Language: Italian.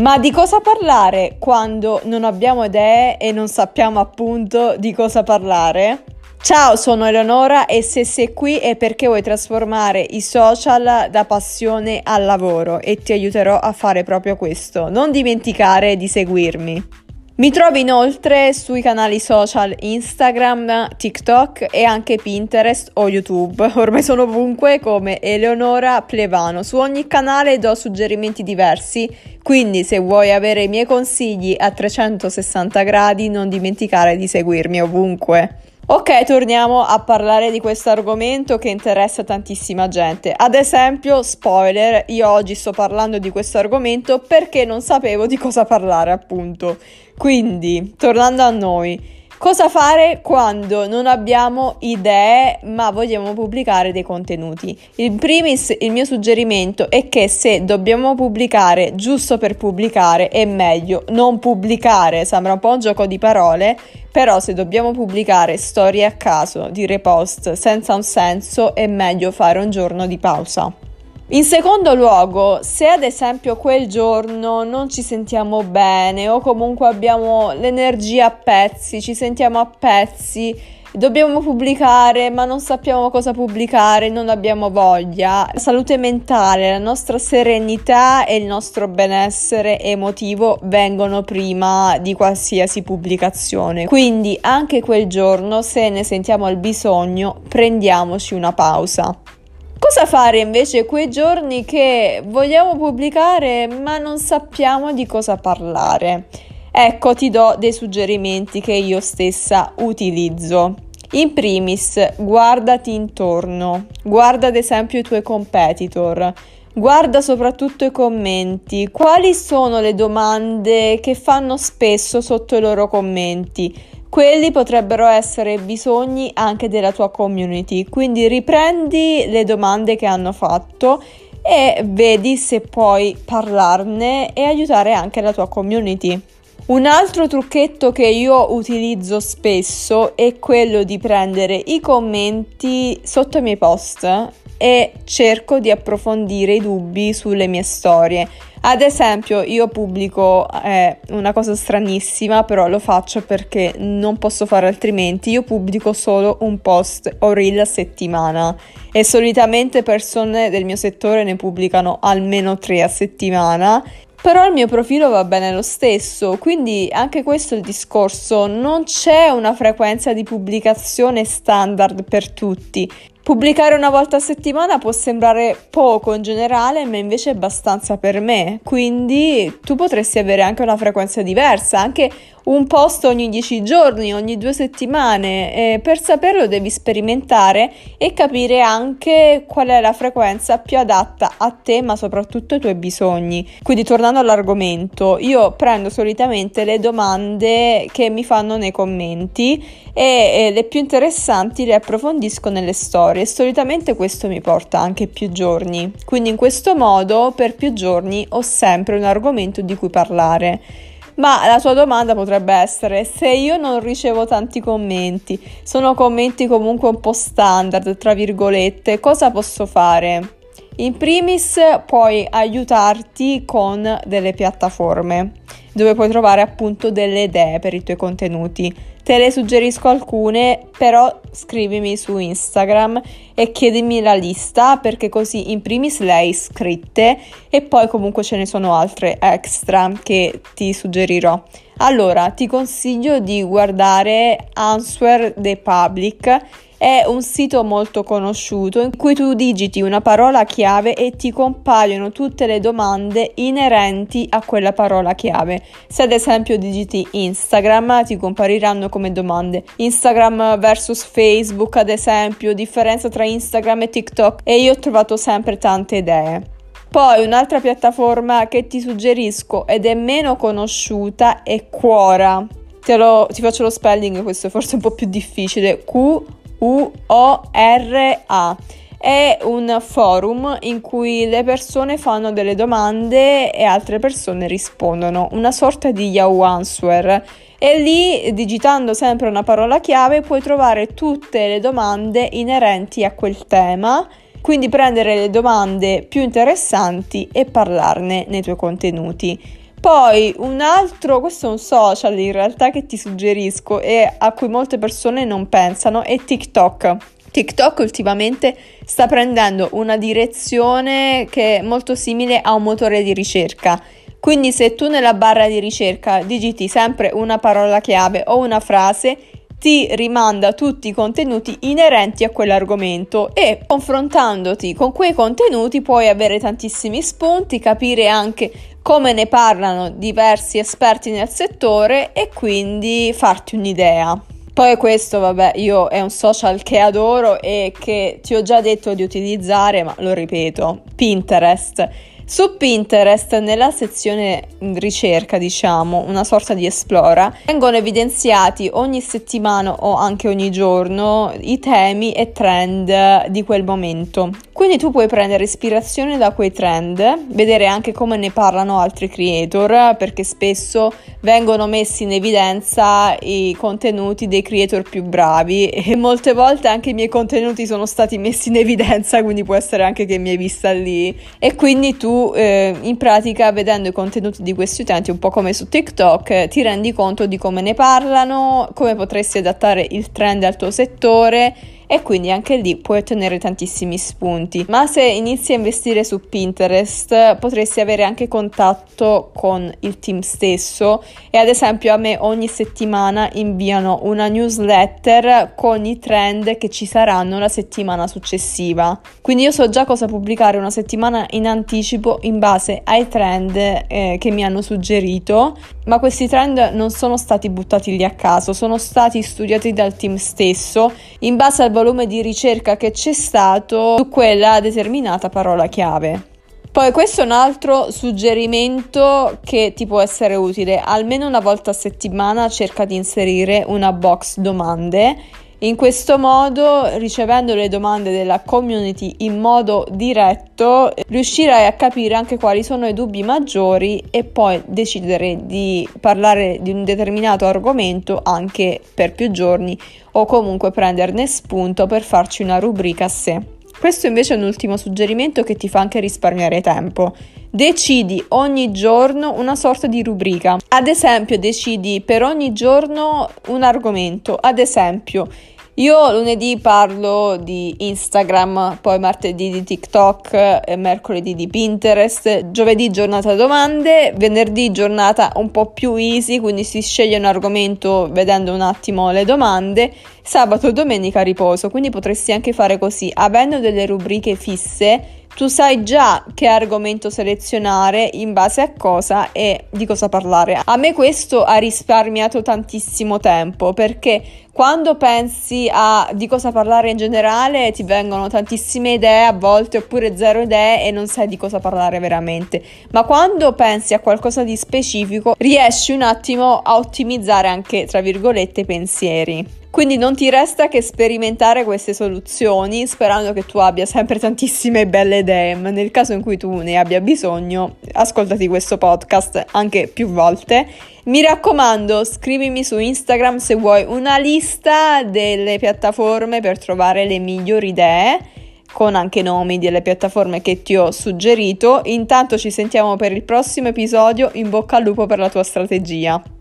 Ma di cosa parlare quando non abbiamo idee e non sappiamo appunto di cosa parlare? Ciao, sono Eleonora e se sei qui è perché vuoi trasformare i social da passione a lavoro e ti aiuterò a fare proprio questo. Non dimenticare di seguirmi. Mi trovi inoltre sui canali social Instagram, TikTok e anche Pinterest o YouTube. Ormai sono ovunque come Eleonora Plevano. Su ogni canale do suggerimenti diversi, quindi se vuoi avere i miei consigli a 360 gradi non dimenticare di seguirmi ovunque. Ok, torniamo a parlare di questo argomento che interessa tantissima gente. Ad esempio, spoiler, io oggi sto parlando di questo argomento perché non sapevo di cosa parlare, appunto. Quindi, tornando a noi, cosa fare quando non abbiamo idee ma vogliamo pubblicare dei contenuti? In primis, il mio suggerimento è che se dobbiamo pubblicare giusto per pubblicare è meglio non pubblicare, sembra un po' un gioco di parole, però se dobbiamo pubblicare storie a caso, dire post senza un senso è meglio fare un giorno di pausa. In secondo luogo, se ad esempio quel giorno non ci sentiamo bene o comunque abbiamo l'energia a pezzi, ci sentiamo a pezzi, dobbiamo pubblicare ma non sappiamo cosa pubblicare, non abbiamo voglia, la salute mentale, la nostra serenità e il nostro benessere emotivo vengono prima di qualsiasi pubblicazione. Quindi anche quel giorno, se ne sentiamo il bisogno, prendiamoci una pausa. Cosa fare invece quei giorni che vogliamo pubblicare ma non sappiamo di cosa parlare? Ecco, ti do dei suggerimenti che io stessa utilizzo. In primis, guardati intorno, guarda ad esempio i tuoi competitor, guarda soprattutto i commenti. Quali sono le domande che fanno spesso sotto i loro commenti? Quelli potrebbero essere bisogni anche della tua community, quindi riprendi le domande che hanno fatto e vedi se puoi parlarne e aiutare anche la tua community. Un altro trucchetto che io utilizzo spesso è quello di prendere i commenti sotto i miei post e cerco di approfondire i dubbi sulle mie storie. Ad esempio, io pubblico una cosa stranissima, però lo faccio perché non posso fare altrimenti. Io pubblico solo un post o reel a settimana e solitamente persone del mio settore ne pubblicano almeno 3 a settimana. Però il mio profilo va bene lo stesso, quindi anche questo è il discorso, non c'è una frequenza di pubblicazione standard per tutti. Pubblicare una volta a settimana può sembrare poco in generale, ma invece è abbastanza per me, quindi tu potresti avere anche una frequenza diversa, anche un post ogni 10 giorni, ogni 2 settimane. Per saperlo devi sperimentare e capire anche qual è la frequenza più adatta a te, ma soprattutto ai tuoi bisogni. Quindi tornando all'argomento, io prendo solitamente le domande che mi fanno nei commenti e le più interessanti le approfondisco nelle storie. Solitamente questo mi porta anche più giorni, quindi in questo modo per più giorni ho sempre un argomento di cui parlare. Ma la tua domanda potrebbe essere: se io non ricevo tanti commenti, sono commenti comunque un po' standard, tra virgolette, cosa posso fare? In primis puoi aiutarti con delle piattaforme dove puoi trovare appunto delle idee per i tuoi contenuti. Te le suggerisco alcune, però scrivimi su Instagram e chiedimi la lista, perché così in primis le hai scritte e poi comunque ce ne sono altre extra che ti suggerirò. Allora, ti consiglio di guardare Answer the Public. È un sito molto conosciuto in cui tu digiti una parola chiave e ti compaiono tutte le domande inerenti a quella parola chiave. Se ad esempio digiti Instagram, ti compariranno come domande Instagram versus Facebook, ad esempio, differenza tra Instagram e TikTok, e io ho trovato sempre tante idee. Poi un'altra piattaforma che ti suggerisco ed è meno conosciuta è Quora. Ti faccio lo spelling, questo è forse un po' più difficile. Quora. È un forum in cui le persone fanno delle domande e altre persone rispondono, una sorta di Yahoo Answer. E lì, digitando sempre una parola chiave, puoi trovare tutte le domande inerenti a quel tema, quindi prendere le domande più interessanti e parlarne nei tuoi contenuti. Poi questo è un social in realtà che ti suggerisco e a cui molte persone non pensano, è TikTok. TikTok ultimamente sta prendendo una direzione che è molto simile a un motore di ricerca. Quindi se tu nella barra di ricerca digiti sempre una parola chiave o una frase, ti rimanda tutti i contenuti inerenti a quell'argomento e confrontandoti con quei contenuti puoi avere tantissimi spunti, capire anche come ne parlano diversi esperti nel settore e quindi farti un'idea. Poi questo, io è un social che adoro e che ti ho già detto di utilizzare, ma lo ripeto, Pinterest. Su Pinterest, nella sezione ricerca, diciamo, una sorta di esplora, vengono evidenziati ogni settimana o anche ogni giorno i temi e trend di quel momento. Quindi tu puoi prendere ispirazione da quei trend, vedere anche come ne parlano altri creator, perché spesso vengono messi in evidenza i contenuti dei creator più bravi e molte volte anche i miei contenuti sono stati messi in evidenza, quindi può essere anche che mi hai vista lì e quindi tu in pratica vedendo i contenuti di questi utenti, un po' come su TikTok, ti rendi conto di come ne parlano, come potresti adattare il trend al tuo settore e quindi anche lì puoi ottenere tantissimi spunti. Ma se inizi a investire su Pinterest potresti avere anche contatto con il team stesso e ad esempio a me ogni settimana inviano una newsletter con i trend che ci saranno la settimana successiva, quindi io so già cosa pubblicare una settimana in anticipo in base ai trend che mi hanno suggerito, ma questi trend non sono stati buttati lì a caso, sono stati studiati dal team stesso in base al volume di ricerca che c'è stato su quella determinata parola chiave. Poi questo è un altro suggerimento che ti può essere utile: almeno una volta a settimana cerca di inserire una box domande. In questo modo, ricevendo le domande della community in modo diretto, riuscirai a capire anche quali sono i dubbi maggiori e poi decidere di parlare di un determinato argomento anche per più giorni o comunque prenderne spunto per farci una rubrica a sé. Questo invece è un ultimo suggerimento che ti fa anche risparmiare tempo. Decidi ogni giorno una sorta di rubrica. Ad esempio, decidi per ogni giorno un argomento. Ad esempio, io lunedì parlo di Instagram, poi martedì di TikTok, mercoledì di Pinterest, giovedì giornata domande, venerdì giornata un po' più easy, quindi si sceglie un argomento vedendo un attimo le domande, sabato e domenica riposo, quindi potresti anche fare così, avendo delle rubriche fisse. Tu sai già che argomento selezionare, in base a cosa e di cosa parlare. A me questo ha risparmiato tantissimo tempo, perché quando pensi a di cosa parlare in generale ti vengono tantissime idee a volte, oppure zero idee e non sai di cosa parlare veramente. Ma quando pensi a qualcosa di specifico riesci un attimo a ottimizzare anche, tra virgolette, i pensieri. Quindi non ti resta che sperimentare queste soluzioni, sperando che tu abbia sempre tantissime belle idee, ma nel caso in cui tu ne abbia bisogno, ascoltati questo podcast anche più volte. Mi raccomando, scrivimi su Instagram se vuoi una lista delle piattaforme per trovare le migliori idee, con anche nomi delle piattaforme che ti ho suggerito. Intanto ci sentiamo per il prossimo episodio, in bocca al lupo per la tua strategia.